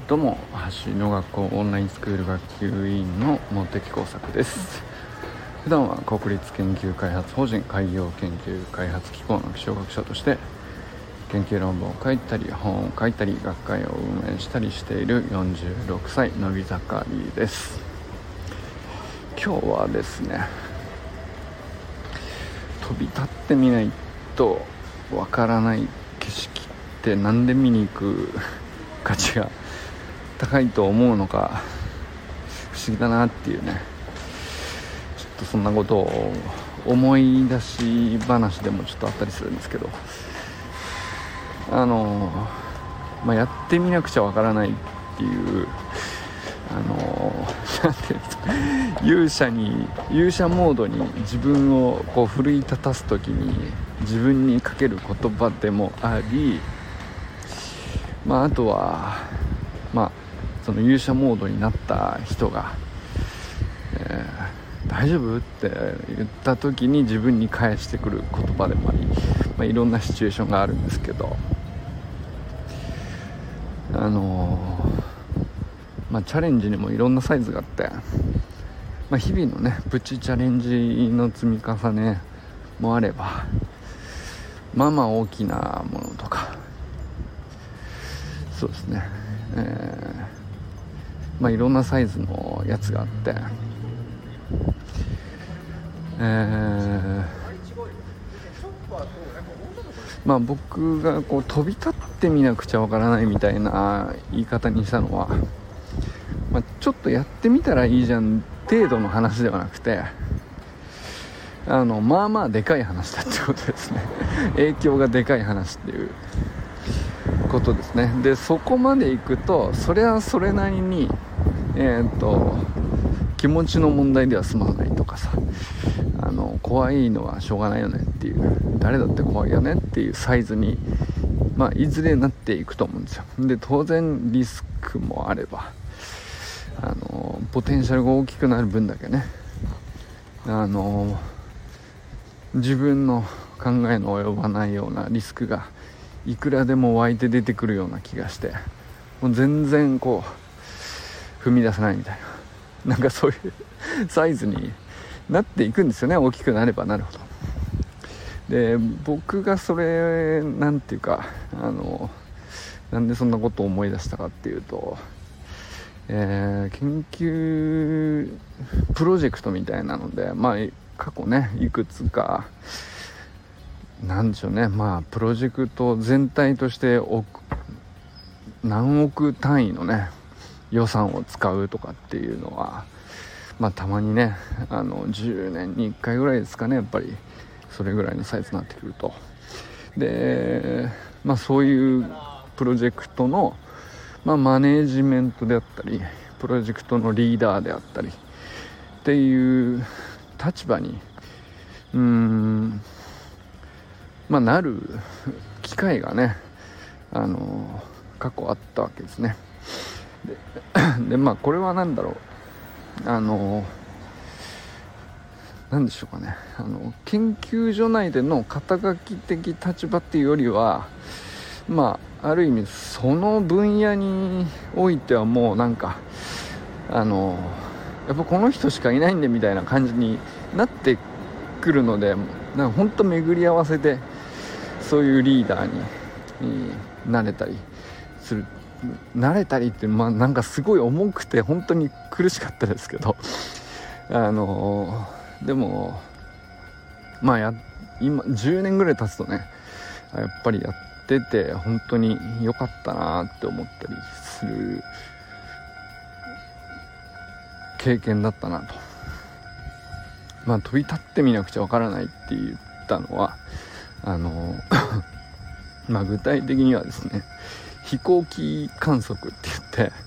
どうも橋の学校オンラインスクール学級委員の茂木耕作です。普段は国立研究開発法人海洋研究開発機構の気象学者として研究論文を書いたり本を書いたり学会を運営したりしている46歳のび盛りです。今日はですね、飛び立ってみないとわからない景色ってなんで見に行く価値が高いと思うのか不思議だなっていうね、ちょっとそんなことを思い出し話でもちょっとあったりするんですけど、やってみなくちゃわからないっていうなんていうんですか、勇者モードに自分をこう奮い立たすときに自分にかける言葉でもあり、あとはその勇者モードになった人が、大丈夫って言った時に自分に返してくる言葉でもあり、いろんなシチュエーションがあるんですけど、チャレンジにもいろんなサイズがあって、日々のねプチチャレンジの積み重ねもあれば、大きなものとか、そうですね、いろんなサイズのやつがあって、僕がこう飛び立ってみなくちゃわからないみたいな言い方にしたのは、ちょっとやってみたらいいじゃん程度の話ではなくて、でかい話だってことですね。影響がでかい話っていうことですね。でそこまでいくとそれはそれなりに気持ちの問題では済まないとかさ、怖いのはしょうがないよねっていう、誰だって怖いよねっていうサイズにいずれなっていくと思うんですよ。で当然リスクもあれば、ポテンシャルが大きくなる分だけね、自分の考えの及ばないようなリスクがいくらでも湧いて出てくるような気がして、もう全然こう踏み出せないみたいな、そういうサイズになっていくんですよね、大きくなればなるほど。で僕がそれなんていうか、なんでそんなことを思い出したかっていうと、研究プロジェクトみたいなので、過去ねいくつかなんでしょうね、プロジェクト全体として何億単位のね予算を使うとかっていうのは、たまにね10年に1回ぐらいですかね、やっぱりそれぐらいのサイズになってくると。でそういうプロジェクトの、マネージメントであったりプロジェクトのリーダーであったりっていう立場になる機会がね過去あったわけですね。でこれは何だろう、何でしょうかね、研究所内での肩書き的立場っていうよりは、ある意味その分野においてはもうやっぱこの人しかいないんでみたいな感じになってくるので、本当巡り合わせでそういうリーダーになれたりする、慣れたりってすごい重くて本当に苦しかったですけど、でも今10年ぐらい経つとね、やっぱりやってて本当に良かったなって思ったりする経験だったなと。飛び立ってみなくちゃわからないって言ったのは具体的にはですね、飛行機観測って言って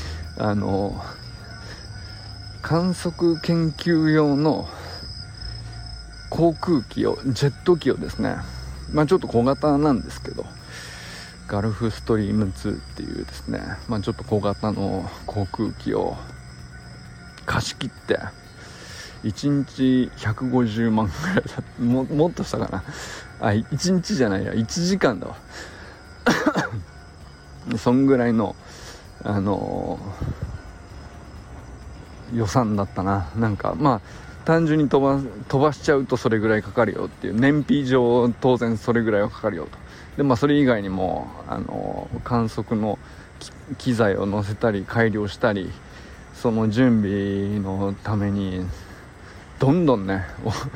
観測研究用の航空機をジェット機をですね、ちょっと小型なんですけど、ガルフストリーム2っていうですね、ちょっと小型の航空機を貸し切って1日150万ぐらいだ、もっとしたかな、1日じゃないや1時間だわそんぐらいの予算だったな。なんかまあ単純に飛ばしちゃうとそれぐらいかかるよっていう、燃費上当然それぐらいはかかるよと。でまあそれ以外にも観測の機材を載せたり改良したり、その準備のためにどんどんね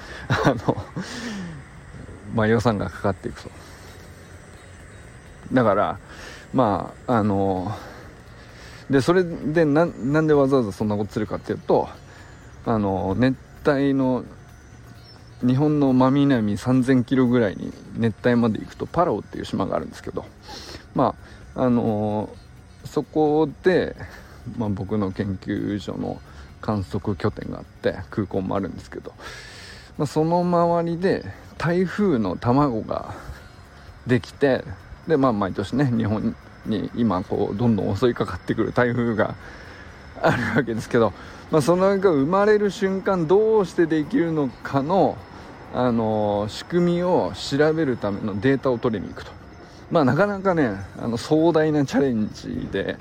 まあ予算がかかっていくと。だからまあでそれでなんでわざわざそんなことするかっていうと、熱帯の日本の真南3000キロぐらいに熱帯まで行くとパラオっていう島があるんですけど、まあそこで、まあ、僕の研究所の観測拠点があって空港もあるんですけど、まあ、その周りで台風の卵ができて、でまあ毎年ね日本に今こうどんどん襲いかかってくる台風があるわけですけど、まあ、そのが生まれる瞬間どうしてできるのかの仕組みを調べるためのデータを取りに行くと。まあなかなかね壮大なチャレンジで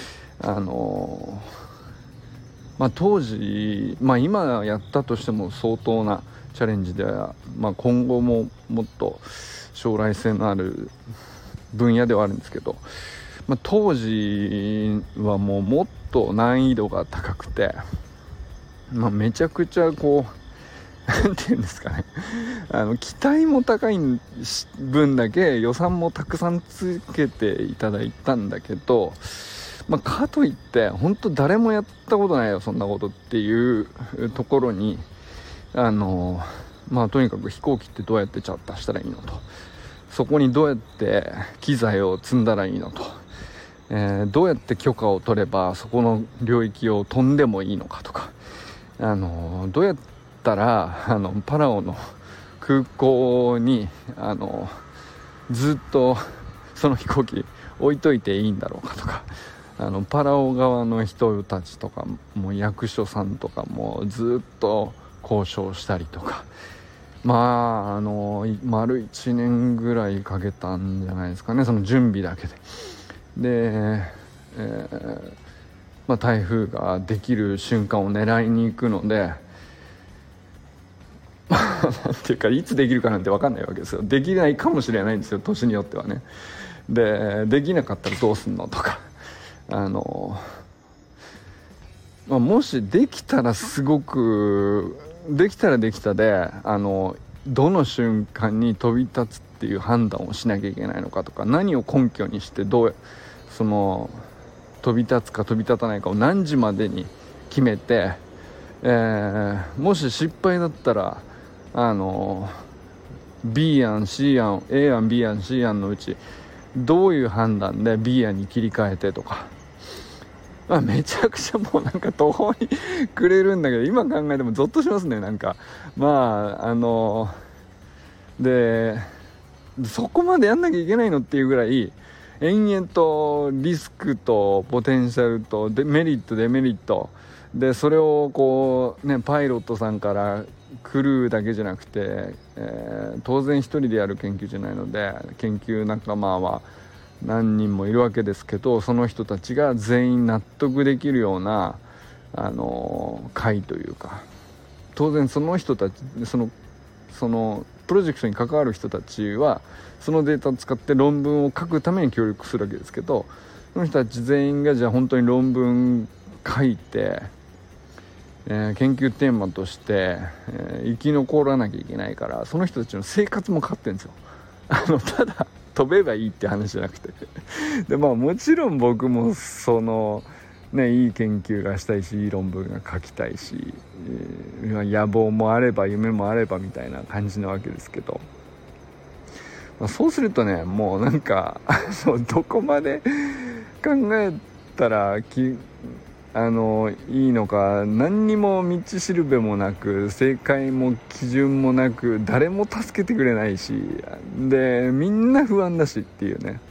まあ当時、まあ今やったとしても相当なチャレンジでは、まあ、今後ももっと将来性のある分野ではあるんですけど、まあ、当時はもっと難易度が高くて、まあ、めちゃくちゃこうなんていうんですかね期待も高い分だけ予算もたくさんつけていただいたんだけど、まあ、かといって本当誰もやったことないよそんなことっていうところにまあとにかく飛行機ってどうやってチャーターしたらいいのと、そこにどうやって機材を積んだらいいのと、どうやって許可を取ればそこの領域を飛んでもいいのかとか、どうやったらパラオの空港にずっとその飛行機置いといていいんだろうかとか、パラオ側の人たちとかも役所さんとかもずっと交渉したりとか、まあ丸1年ぐらいかけたんじゃないですかね、その準備だけで。まあ、台風ができる瞬間を狙いに行くのでなんていうかいつできるかなんて分かんないわけですよ。できないかもしれないんですよ、年によってはね。できなかったらどうすんのとか、まあ、もしできたらすごくできたらできたでどの瞬間に飛び立つっていう判断をしなきゃいけないのかとか、何を根拠にしてその飛び立つか飛び立たないかを何時までに決めて、もし失敗だったらB 案 C 案 A 案 B 案 C 案のうちどういう判断で B 案に切り替えてとか、まあ、めちゃくちゃもうなんか途方に暮れるんだけど、今考えてもゾッとしますね。なんかまあでそこまでやんなきゃいけないのっていうぐらい延々とリスクとポテンシャルとメリットデメリットで、それをこうねパイロットさんからクルーだけじゃなくて、当然一人でやる研究じゃないので研究仲間は何人もいるわけですけど、その人たちが全員納得できるような会というか、当然その人たちそのプロジェクトに関わる人たちはそのデータを使って論文を書くために協力するわけですけど、その人たち全員がじゃあ本当に論文書いて、研究テーマとして、生き残らなきゃいけないから、その人たちの生活もかかってるんですよ。ただ飛べばいいって話じゃなくてで、まあもちろん僕もいい研究がしたいし、いい論文が書きたいし、野望もあれば夢もあればみたいな感じなわけですけど、まあ、そうするとねもうなんかどこまで考えたらいいのか、何にも道しるべもなく正解も基準もなく誰も助けてくれないし、でみんな不安だしっていうね。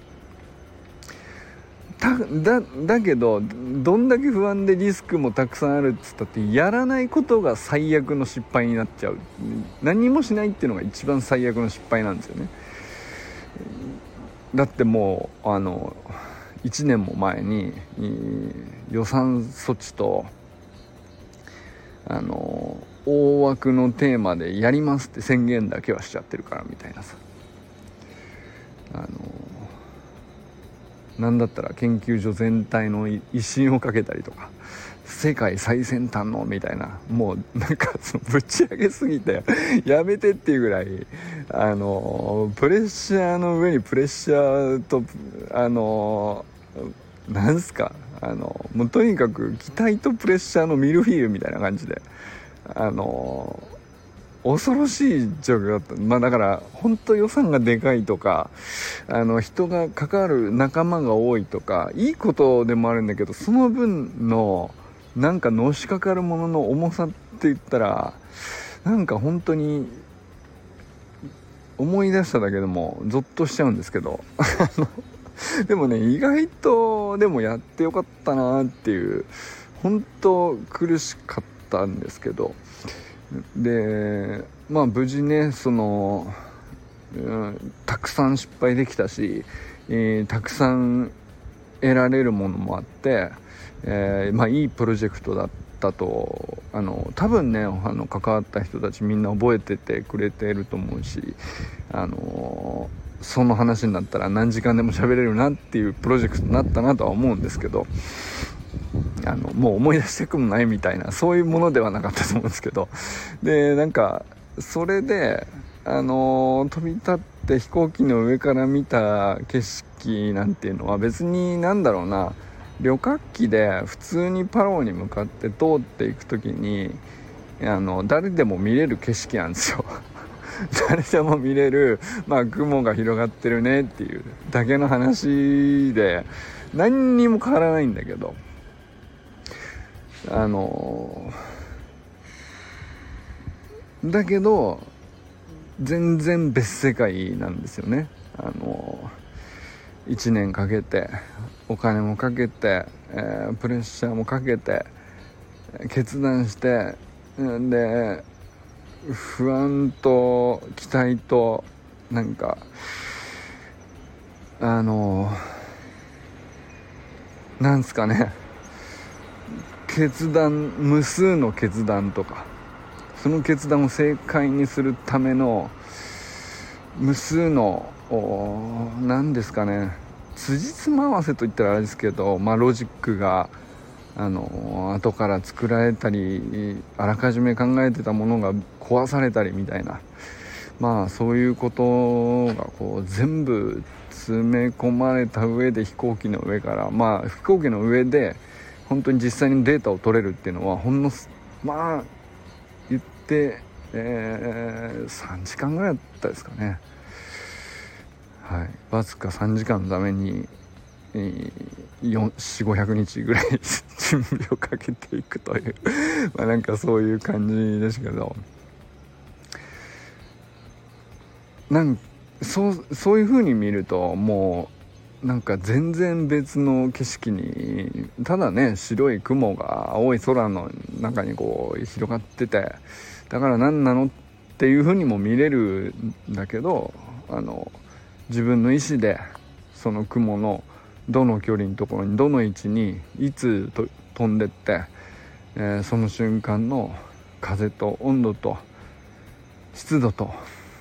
だけどどんだけ不安でリスクもたくさんあるっつったってやらないことが最悪の失敗になっちゃう。何もしないっていうのが一番最悪の失敗なんですよね。だってもう 1年も前に予算措置と大枠のテーマでやりますって宣言だけはしちゃってるからみたいなさ、なんだったら研究所全体の威信をかけたりとか、世界最先端のみたいな、もうなんかそのぶち上げすぎてやめてっていうぐらいプレッシャーの上にプレッシャーとなんすかもうとにかく期待とプレッシャーのミルフィーユみたいな感じで恐ろしい状況だった。だから本当予算がでかいとか人が関わる仲間が多いとかいいことでもあるんだけど、その分のなんかのしかかるものの重さって言ったらなんか本当に思い出しただけでもゾッとしちゃうんですけどでもね、意外とでもやってよかったなっていう、本当苦しかったんですけど、で無事ねたくさん失敗できたし、たくさん得られるものもあって、いいプロジェクトだったと多分ね関わった人たちみんな覚えててくれてると思うし、その話になったら何時間でも喋れるなっていうプロジェクトになったなとは思うんですけど、もう思い出したくもないみたいなそういうものではなかったと思うんですけど、でなんかそれで飛び立って飛行機の上から見た景色なんていうのは別に旅客機で普通にパローに向かって通っていくときに誰でも見れる景色なんですよ誰でも見れる、雲が広がってるねっていうだけの話で何にも変わらないんだけど、だけど全然別世界なんですよね。1年かけてお金もかけて、プレッシャーもかけて決断して、で不安と期待となんかなんすかね、無数の決断とか、その決断を正解にするための無数の何ですかね、辻褄合わせといったらあれですけど、ロジックが後から作られたりあらかじめ考えてたものが壊されたりみたいな、そういうことが全部詰め込まれた上で飛行機の上から、飛行機の上で本当に実際にデータを取れるっていうのは言って、3時間ぐらいだったですかね。はい、わずか3時間のために400-500日ぐらい準備をかけていくというなんかそういう感じですけど、そういう風に見るともうなんか全然別の景色に、ただね白い雲が青い空の中に広がってて、だから何なのっていう風にも見れるんだけど、自分の意思でその雲のどの距離のところにどの位置にいつ飛んでって、その瞬間の風と温度と湿度と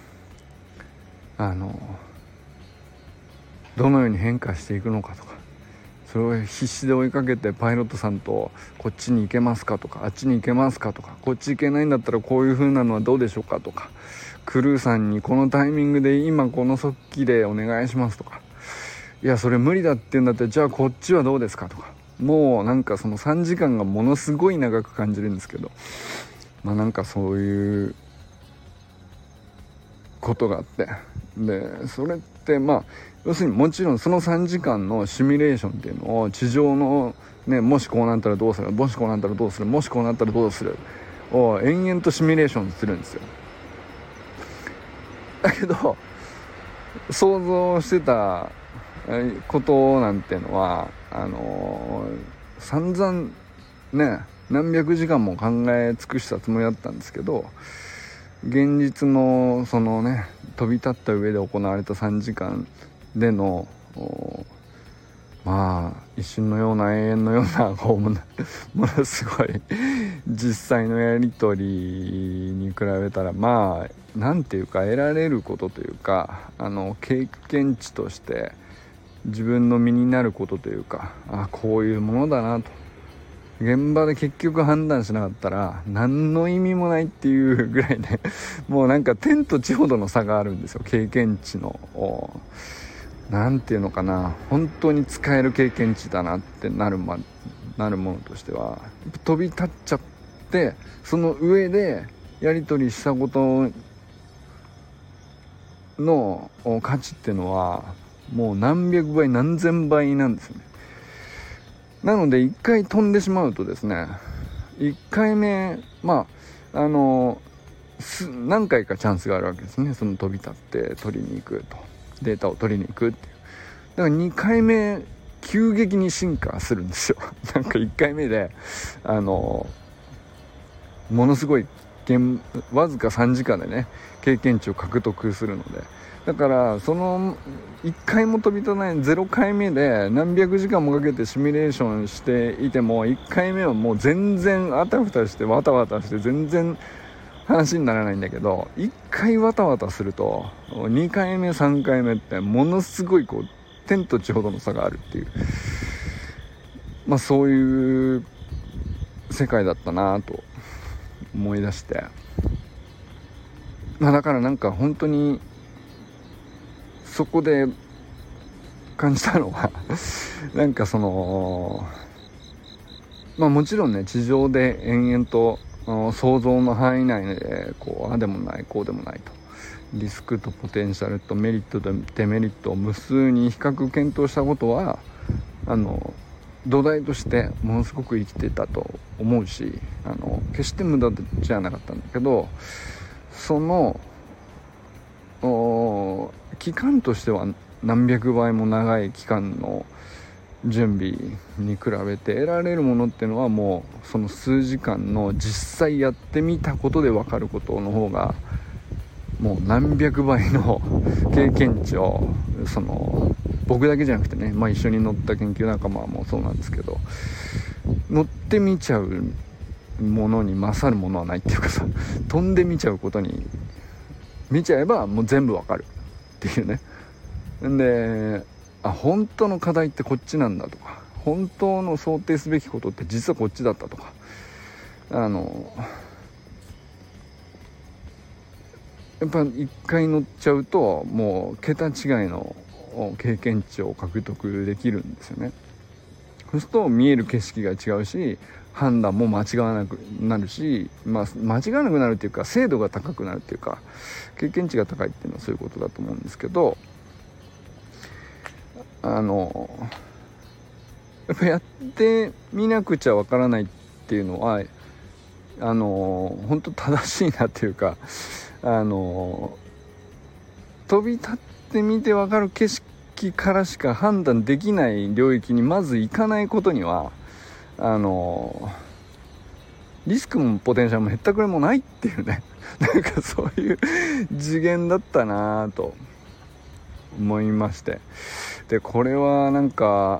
どのように変化していくのかとか、それを必死で追いかけてパイロットさんとこっちに行けますかとか、あっちに行けますかとか、こっち行けないんだったらこういう風なのはどうでしょうかとか、クルーさんにこのタイミングで今この速記でお願いしますとか、いやそれ無理だって言うんだったらじゃあこっちはどうですかとか、もうなんかその3時間がものすごい長く感じるんですけど、なんかそういうことがあって、でそれって要するにもちろんその3時間のシミュレーションっていうのを地上のね、もしこうなったらどうする、もしこうなったらどうする、もしこうなったらどうするを延々とシミュレーションするんですよ。だけど想像してたことなんてのは散々ね何百時間も考え尽くしたつもりだったんですけど、現実のそのね飛び立った上で行われた3時間での一瞬のような永遠のようなものすごい実際のやり取りに比べたらなんていうか得られることというか経験値として自分の身になることというかこういうものだなと現場で結局判断しなかったら何の意味もないっていうぐらいねもうなんか天と地ほどの差があるんですよ。経験値のなんていうのかな、本当に使える経験値だなってなるものとしては飛び立っちゃって、その上でやり取りしたことの価値っていうのはもう何百倍何千倍なんですよね。なので一回飛んでしまうとですね、一回目何回かチャンスがあるわけですね。その飛び立って取りに行くと、データを取りに行くっていう。だから2回目急激に進化するんですよなんか1回目でものすごいわずか3時間でね経験値を獲得するので、だからその1回も飛び立たない0回目で何百時間もかけてシミュレーションしていても1回目はもう全然あたふたしてわたわたして全然話にならないんだけど、1回わたわたすると2回目3回目ってものすごいこう天と地ほどの差があるっていう、そういう世界だったなと思い出して、だからなんか本当にそこで感じたのはなんかもちろんね地上で延々と想像の範囲内であでもないこうでもないとリスクとポテンシャルとメリットとデメリットを無数に比較検討したことは土台としてものすごく生きてたと思うし、決して無駄じゃなかったんだけど、その期間としては何百倍も長い期間の準備に比べて得られるものっていうのはもうその数時間の実際やってみたことで分かることの方がもう何百倍の経験値を僕だけじゃなくてね、一緒に乗った研究仲間もそうなんですけど、乗ってみちゃうものに勝るものはないっていうかさ、飛んでみちゃうことに見ちゃえばもう全部わかるっていうね。で本当の課題ってこっちなんだとか、本当の想定すべきことって実はこっちだったとか、やっぱ一回乗っちゃうともう桁違いの経験値を獲得できるんですよね。そうすると見える景色が違うし、判断も間違わなくなるし、間違わなくなるっていうか精度が高くなるっていうか経験値が高いっていうのはそういうことだと思うんですけど、やっぱやってみなくちゃわからないっていうのは本当正しいなっていうか、飛び立ってみてわかる景色からしか判断できない領域にまず行かないことにはリスクもポテンシャルもへったくれもないっていうねなんかそういう次元だったなと思いまして、でこれはなんか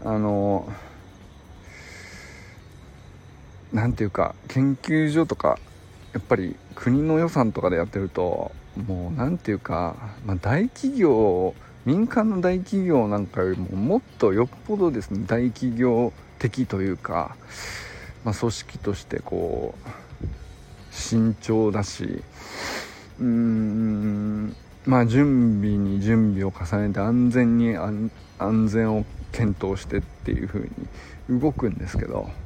なんていうか研究所とかやっぱり国の予算とかでやってるともうなんていうか、大企業、民間の大企業なんかよりももっとよっぽどですね大企業的というか、組織として慎重だし、準備に準備を重ねて安全に安全を検討してっていう風に動くんですけど、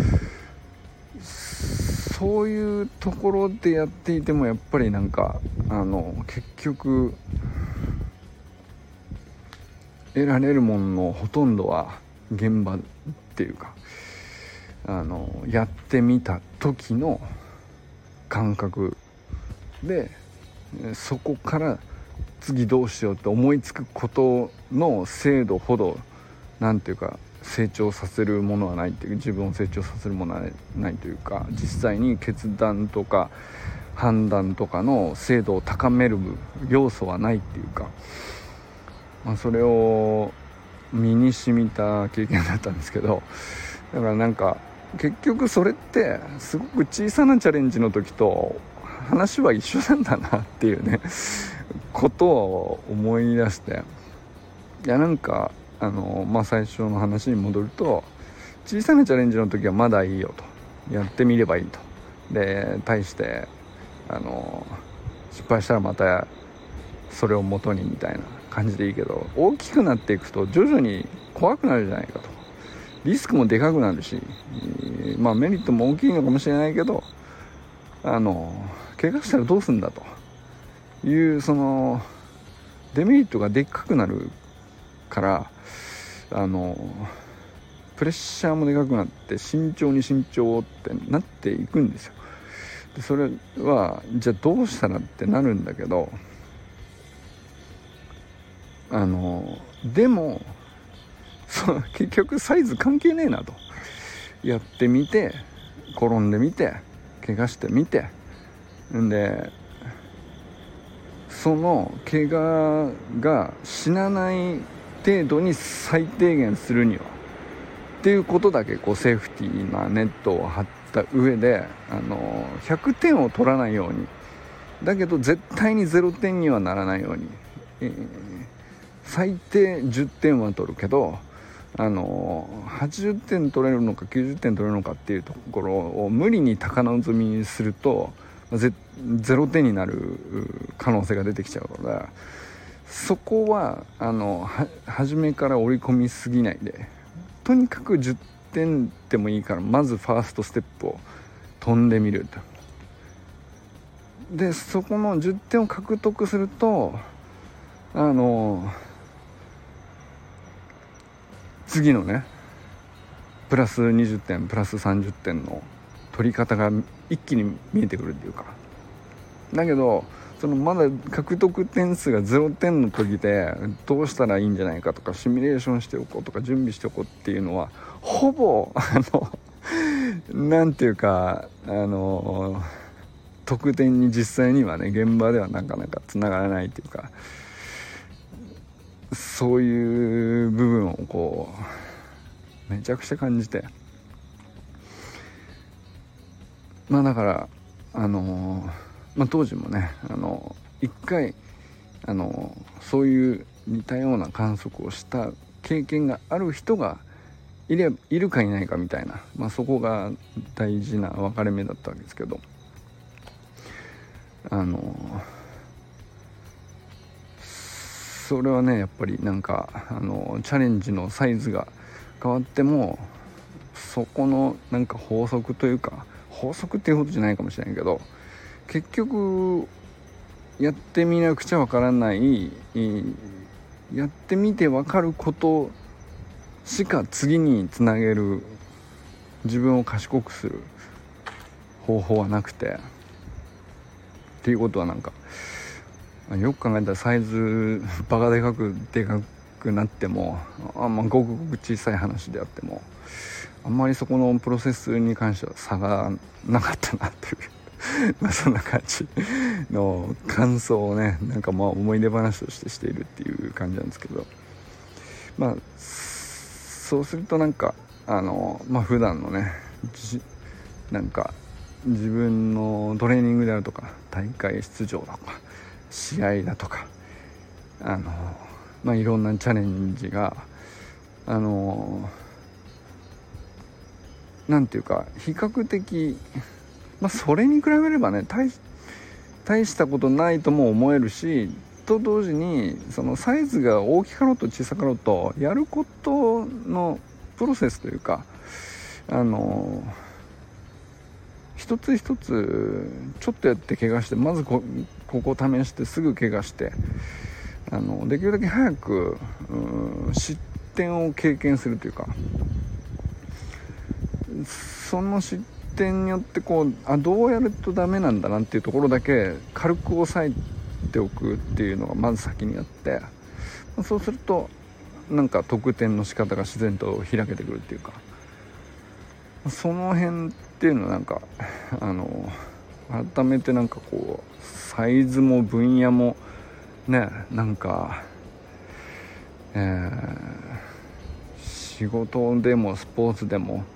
そういうところでやっていてもやっぱりなんか結局得られるもののほとんどは現場っていうかやってみた時の感覚で、そこから次どうしようって思いつくことの精度ほどなんていうか成長させるものはないっていう、自分を成長させるものはないというか、実際に決断とか判断とかの精度を高める要素はないっていうか、それを身に染みた経験だったんですけど、だからなんか結局それってすごく小さなチャレンジの時と話は一緒なんだなっていうねことを思い出して、いやなんか最初の話に戻ると、小さなチャレンジの時はまだいいよと、やってみればいいと、で対して失敗したらまたそれを元にみたいな感じでいいけど、大きくなっていくと徐々に怖くなるじゃないかと、リスクもでかくなるし、メリットも大きいのかもしれないけど、怪我したらどうすんだというそのデメリットがでっかくなるから、プレッシャーもでかくなって慎重に慎重ってなっていくんですよ。でそれはじゃあどうしたらってなるんだけど、でも結局サイズ関係ねえなと、やってみて転んでみて怪我してみて、んでその怪我が死なない程度に最低限するにはっていうことだけセーフティーなネットを張った上で、100点を取らないように、だけど絶対に0点にはならないように、最低10点は取るけど80点取れるのか90点取れるのかっていうところを無理に高望みにすると0点になる可能性が出てきちゃうから、そこは初めから織り込みすぎないで、とにかく10点でもいいからまずファーストステップを飛んでみると。でそこの10点を獲得すると次のねプラス20点プラス30点の取り方が一気に見えてくるっていうか、だけどまだ獲得点数が0点の時でどうしたらいいんじゃないかとか、シミュレーションしておこうとか準備しておこうっていうのはほぼなんていうか得点に実際にはね現場ではなかなかつながらないっていうか、そういう部分をめちゃくちゃ感じて、だから当時もね一回そういう似たような観測をした経験がある人がいるかいないかみたいな、そこが大事な分かれ目だったわけですけど、それはねやっぱりなんかチャレンジのサイズが変わっても、そこのなんか法則というか、法則っていうことじゃないかもしれないけど、結局やってみなくちゃわからない、やってみてわかることしか次につなげる、自分を賢くする方法はなくてっていうことはなんかよく考えたらサイズバカでかくなってもごくごく小さい話であってもあんまりそこのプロセスに関しては差がなかったなというそんな感じの感想をねなんか思い出話としてしているっていう感じなんですけど、そうするとなんか普段のねなんか自分のトレーニングであるとか大会出場だとか試合だとかいろんなチャレンジがなんていうか比較的それに比べればね大したことないとも思えるし、と同時にそのサイズが大きかろうと小さかろうとやることのプロセスというか一つ一つちょっとやって怪我して、まずここ試してすぐ怪我してできるだけ早く失点を経験するというか、その失点によってどうやるとダメなんだなっていうところだけ軽く押さえておくっていうのがまず先にあって、そうするとなんか得点の仕方が自然と開けてくるっていうか、その辺っていうのはなんか改めてなんかサイズも分野もねなんか仕事でもスポーツでも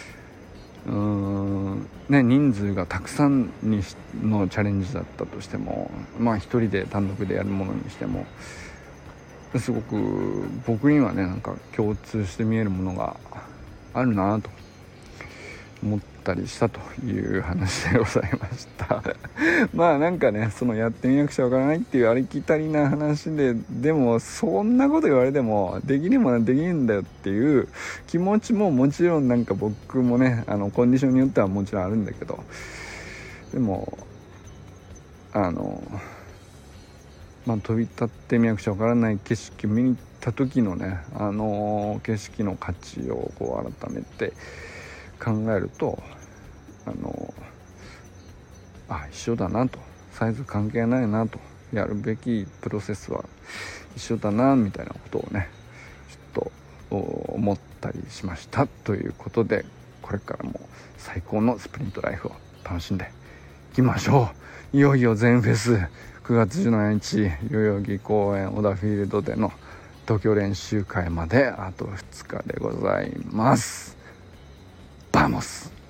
人数がたくさんのチャレンジだったとしても、一人で単独でやるものにしてもすごく僕にはねなんか共通して見えるものがあるなと思ったりしたという話でございましたなんかねそのやってみなくちゃわからないっていうありきたりな話でもそんなこと言われてもできねえものはできねえんだよっていう気持ちももちろんなんか僕もねコンディションによってはもちろんあるんだけど、でも飛び立ってみなくちゃわからない景色を見に行った時のね景色の価値をこう改めて考えると一緒だなと、サイズ関係ないなと、やるべきプロセスは一緒だなみたいなことをねちょっと思ったりしましたということで、これからも最高のスプリントライフを楽しんでいきましょう。いよいよ全フェス9月17日代々木公園小田フィールドでの東京練習会まであと2日でございます。バモス。